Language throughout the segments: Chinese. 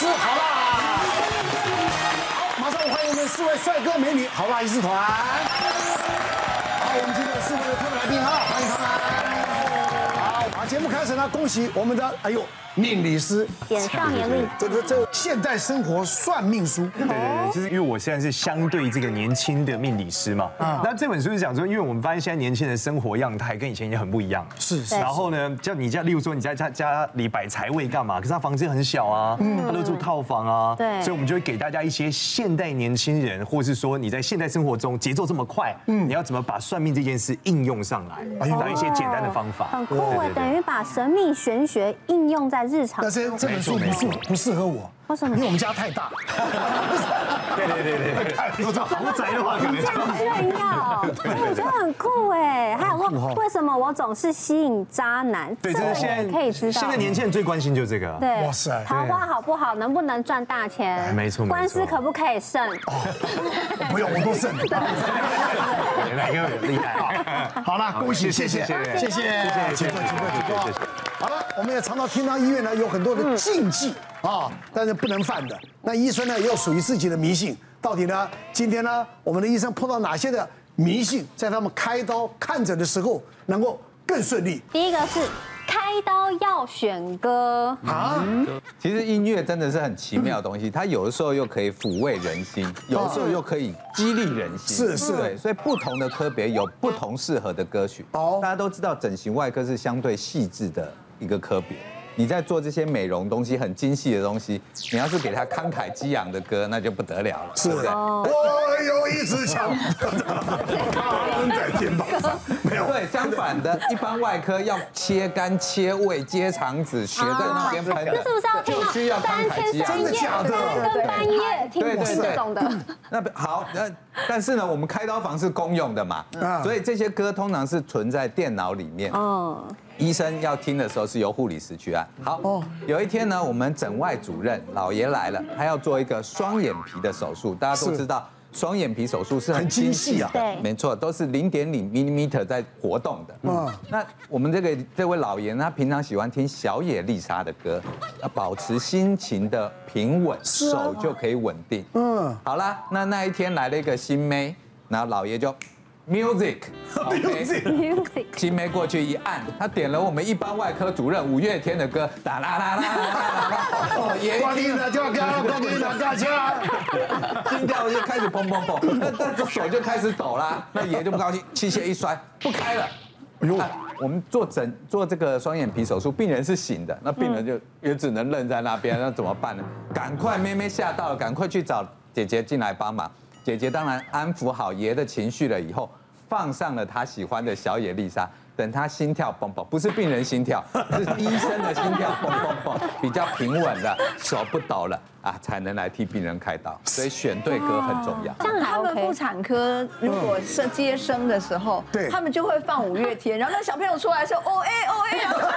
师好辣。好，马上欢迎我们4位帅哥美女好辣医师团。好，我们今天有4位的特别来宾哈，欢迎他们。好，节目开始呢，恭喜我们的命理师简少年命， 这现代生活算命书。 对，就是因为我现在是相对这个年轻的命理师嘛。那这本书是讲说，因为我们发现现在年轻人生活样态跟以前也很不一样。 是。 然后呢，例如说你家里摆财位干嘛？可是他房间很小啊，他都住套房啊。 对。 所以我们就会给大家一些现代年轻人，或是说你在现代生活中节奏这么快，你要怎么把算命这件事应用上来？有一些简单的方法。 很酷哎，等于把神秘玄学应用在日常。 但是这本书不适合我， 为什么？ 因为我们家太大。 对，如果豪宅的话，可能这样炫耀，我觉得很酷哎。还有说，为什么我总是吸引渣男？ 对，这是现在可以知道。 现在年轻人最关心就是这个。 对， 哇塞， 桃花好不好？能不能赚大钱？ 没错， 官司可不可以胜？ 不用，我都胜。 哪个厉害？ 好了，恭喜，谢谢，请坐。好了，我们也常常听到医院呢有很多的禁忌啊，但是不能犯的。那医生呢也有属于自己的迷信，到底呢？今天呢，我们的医生碰到哪些的迷信，在他们开刀看诊的时候能够更顺利？ 第一个是开刀要选歌啊。 其实音乐真的是很奇妙的东西，它有的时候又可以抚慰人心，有的时候又可以激励人心。 是， 对，所以不同的科别有不同适合的歌曲。大家都知道整形外科是相对细致的一个科别。你在做这些美容东西很精细的东西，你要是给他慷慨激昂的歌，那就不得了了， 是不是？我有一支枪，扛在肩膀上，没有。 对，相反的，一般外科要切肝、切胃、接肠子，血在那边喷的， 那是不是要听到就需要慷慨激昂？ 真的假的？ 跟半夜听这种的。 那好，但是呢，我们开刀房是公用的嘛，所以这些歌通常是存在电脑里面。医生要听的时候是由护理师去按。好，有一天呢，我们诊外主任老爷来了，他要做一个双眼皮的手术。大家都知道，双眼皮手术是很精细啊， 对， 没错，都是0.0mm在活动的。那我们这位老爷呢，他平常喜欢听小野丽莎的歌，要保持心情的平稳，手就可以稳定。好啦，那一天来了一个新妹，然后老爷就。Music， 新妹过去一按，他点了我们一般外科主任5月天的歌，哒啦啦啦啦， 光听了就要光听了大家， 心跳就开始砰砰砰，那手就开始抖啦，那爷就不高兴，器械一摔不开了。我们做这个双眼皮手术，病人是醒的，那病人就也只能愣在那边，那怎么办呢？赶快妹妹吓到了，赶快去找姐姐进来帮忙。姐姐当然安抚好爷的情绪了以后，放上了他喜欢的小野丽莎。等他心跳蹦蹦，不是病人心跳，是医生的心跳蹦蹦蹦，比较平稳了，手不抖了啊，才能来替病人开刀。所以选对歌很重要。 像他们妇产科如果是接生的时候，他们就会放5月天，然后那小朋友出来说哦哎哦哎，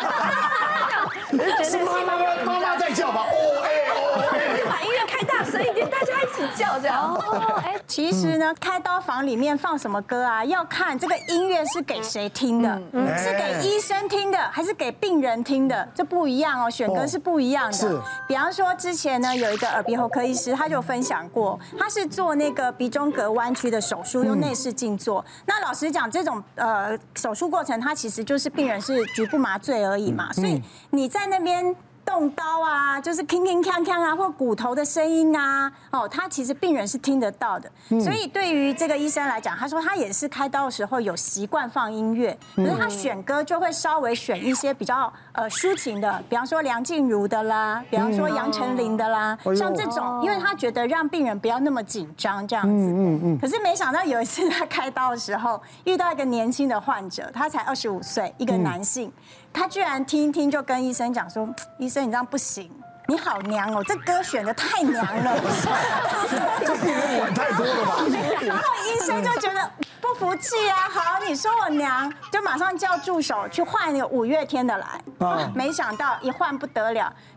是妈妈在叫吧？哦哎哦哎， 把音乐开大声一点，大家一起叫这样。 其实呢，开刀房里面放什么歌啊，要看这个音乐是给谁听的，是给医生听的还是给病人听的，这不一样哦，选歌是不一样的。是，比方说之前呢有一个耳鼻喉科医师，他就分享过，他是做那个鼻中隔弯曲的手术，用内视镜做。那老实讲，这种手术过程，它其实就是病人是局部麻醉而已嘛，所以你在那边。动刀啊，就是铿铿锵锵啊，或骨头的声音啊，他其实病人是听得到的。所以对于这个医生来讲，他说他也是开刀的时候有习惯放音乐，可是他选歌就会稍微选一些比较抒情的，比方说梁静茹的啦，比方说杨丞琳的啦，像这种，因为他觉得让病人不要那么紧张这样子。可是没想到有一次他开刀的时候遇到一个年轻的患者，他才25岁，一个男性。他居然听一听就跟医生讲说：“医生，你这样不行，你好娘哦，这歌选的太娘了。” 这病人管太多了吧？ 然后医生就觉得不服气啊，好，你说我娘，就马上叫助手去换那个5月天的来。没想到一换不得了，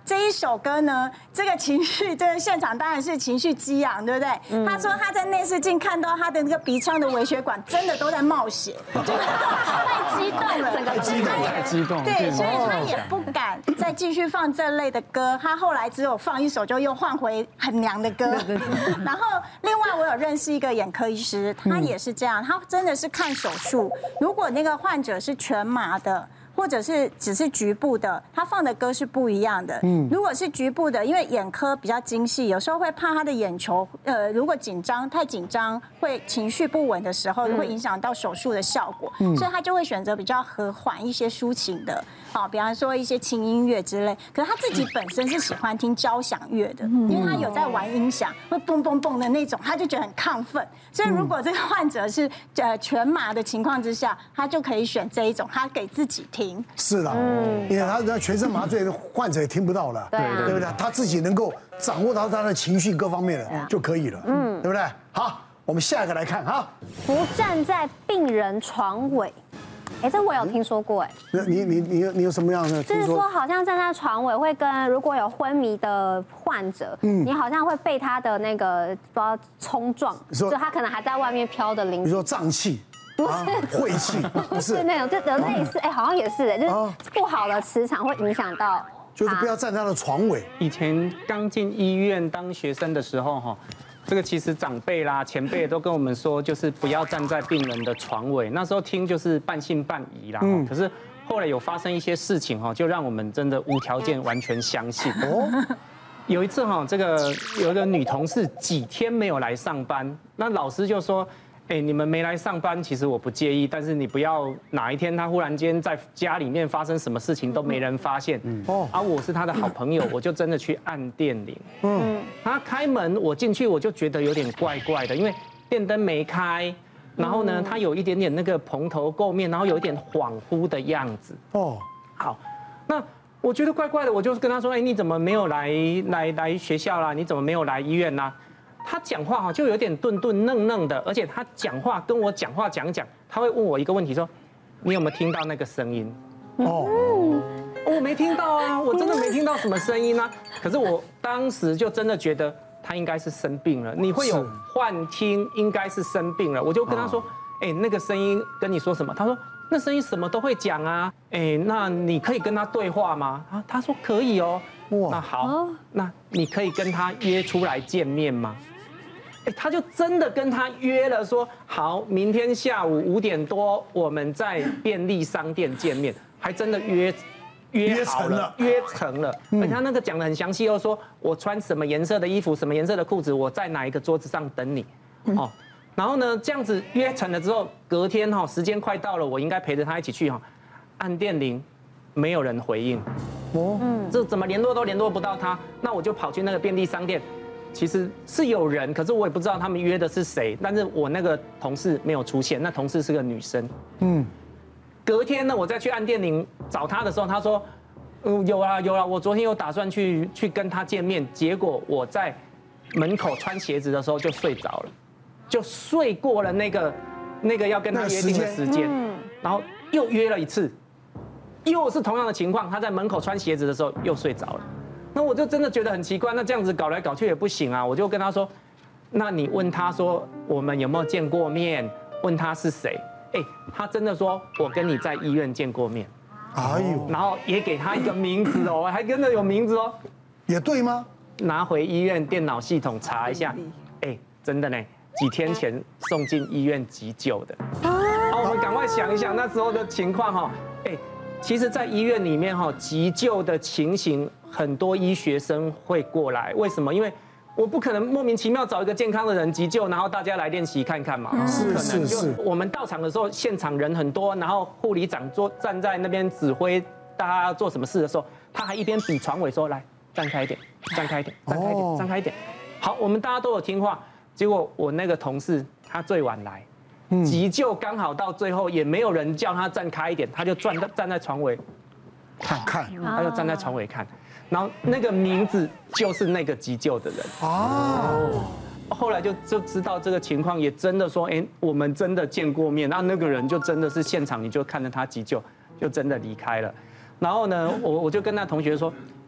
这一首歌呢，这个情绪，这个现场当然是情绪激昂，对不对？他说他在内视镜看到他的那个鼻腔的微血管真的都在冒血，太激动了， 太激动， 对，所以他也不敢再继续放这类的歌。他后来只有放一首，就又换回很娘的歌。然后另外我有认识一个眼科医师，他也是这样，他真的是看手术，如果那个患者是全麻的。或者是只是局部的，他放的歌是不一样的。如果是局部的，因为眼科比较精细，有时候会怕他的眼球，如果太紧张，会情绪不稳的时候，会影响到手术的效果，所以他就会选择比较和缓一些抒情的，好，比方说一些轻音乐之类。可是他自己本身是喜欢听交响乐的，因为他有在玩音响，会蹦蹦蹦的那种，他就觉得很亢奋。所以如果这个患者是全麻的情况之下，他就可以选这一种，他给自己听。 是的，因为他全身麻醉的患者也听不到了，对不对？他自己能够掌握到他的情绪各方面的就可以了，对不对？好，我们下一个来看哈， 不站在病人床尾。哎，这我有听说过哎。 你有什么样的？ 就是说，好像站在床尾会跟如果有昏迷的患者，你好像会被他的那个不知道冲撞，就他可能还在外面飘的灵。 你说胀气？不是晦气，不是那种，就类似，哎，好像也是，就是不好的磁场会影响到， 就是不要站他的床尾。 以前刚进医院当学生的时候，哈，这个其实长辈啦、前辈都跟我们说，就是不要站在病人的床尾。那时候听就是半信半疑啦，可是后来有发生一些事情哈，就让我们真的无条件完全相信。有一次哈，这个有一个女同事几天没有来上班，那老师就说。哎，你们没来上班，其实我不介意，但是你不要哪一天他忽然间在家里面发生什么事情都没人发现，我是他的好朋友，我就真的去按电铃，他开门，我进去我就觉得有点怪怪的，因为电灯没开，然后呢，他有一点点那个蓬头垢面，然后有一点恍惚的样子，好，那我觉得怪怪的，我就跟他说，哎，你怎么没有来学校啦？你怎么没有来医院啦？他讲话哈就有点顿顿愣愣的，而且他讲话跟我讲话讲，他会问我一个问题说，你有没有听到那个声音？我没听到啊，我真的没听到什么声音啊。可是我当时就真的觉得他应该是生病了，你会有幻听，应该是生病了。我就跟他说，哎，那个声音跟你说什么？他说那声音什么都会讲啊，哎，那你可以跟他对话吗？他说可以哦。那好，那你可以跟他约出来见面吗？他就真的跟他约了，说好，明天下午5点多我们在便利商店见面，还真的约好了，约成了。而且他那个讲得很详细，又说我穿什么颜色的衣服，什么颜色的裤子，我在哪一个桌子上等你，然后呢，这样子约成了之后，隔天时间快到了，我应该陪着他一起去按电铃，没有人回应，这怎么联络都联络不到他，那我就跑去那个便利商店。其实是有人，可是我也不知道他们约的是谁。但是我那个同事没有出现，那同事是个女生。隔天呢，我再去按电铃找她的时候，她说，有啊，我昨天有打算去跟她见面，结果我在门口穿鞋子的时候就睡着了，就睡过了那个要跟她约定的时间，然后又约了一次，又是同样的情况，她在门口穿鞋子的时候又睡着了。那我就真的觉得很奇怪，那这样子搞来搞去也不行啊！我就跟他说，那你问他说我们有没有见过面？问他是谁？哎，他真的说我跟你在医院见过面。哎呦，然后也给他一个名字哦，还真的有名字哦。 也对吗？ 拿回医院电脑系统查一下，哎，真的呢，几天前送进医院急救的。好，我们赶快想一想那时候的情况哈，哎。其实，在医院里面急救的情形，很多医学生会过来。为什么？因为我不可能莫名其妙找一个健康的人急救，然后大家来练习看看嘛。是。我们到场的时候，现场人很多，然后护理长站在那边指挥大家做什么事的时候，他还一边比床尾说：“来，站开一点，站开一点，站开一点，站开一点。”好，我们大家都有听话。结果我那个同事他最晚来。急救刚好到最后，也没有人叫他站开一点，他就站在床尾看，他就站在床尾看，然后那个名字就是那个急救的人后来就知道这个情况，也真的说，哎，我们真的见过面，那个人就真的是现场，你就看着他急救，就真的离开了。然后呢，我就跟那同学说，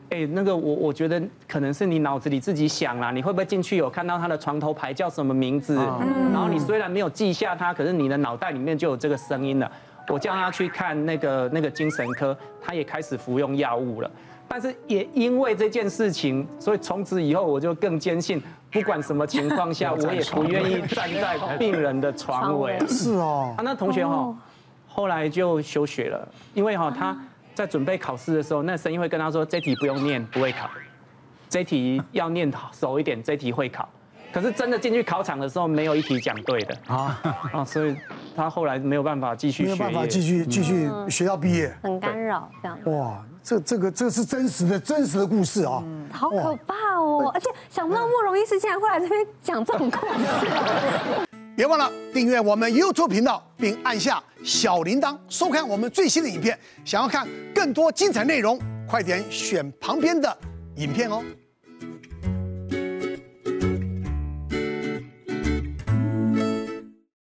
那个我觉得可能是你脑子里自己想啦，你会不会进去有看到他的床头牌叫什么名字？然后你虽然没有记下他，可是你的脑袋里面就有这个声音了。我叫他去看那个精神科，他也开始服用药物了。但是也因为这件事情，所以从此以后我就更坚信，不管什么情况下，我也不愿意站在病人的床尾。 是哦。 那同学后来就休学了，因为他在准备考试的时候，那声音会跟他说：“这题不用念，不会考；这题要念熟一点，这题会考。”可是真的进去考场的时候，没有一题讲对的所以他后来没有办法继续， 没有办法继续学校毕业， 很干扰这样。 哇，这个是真实的故事啊， 好可怕哦！而且想不到慕容医师竟然会来这边讲这种故事。 别忘了订阅我们 YouTube 频道，并按下小铃铛，收看我们最新的影片。想要看更多精彩内容，快点选旁边的影片哦。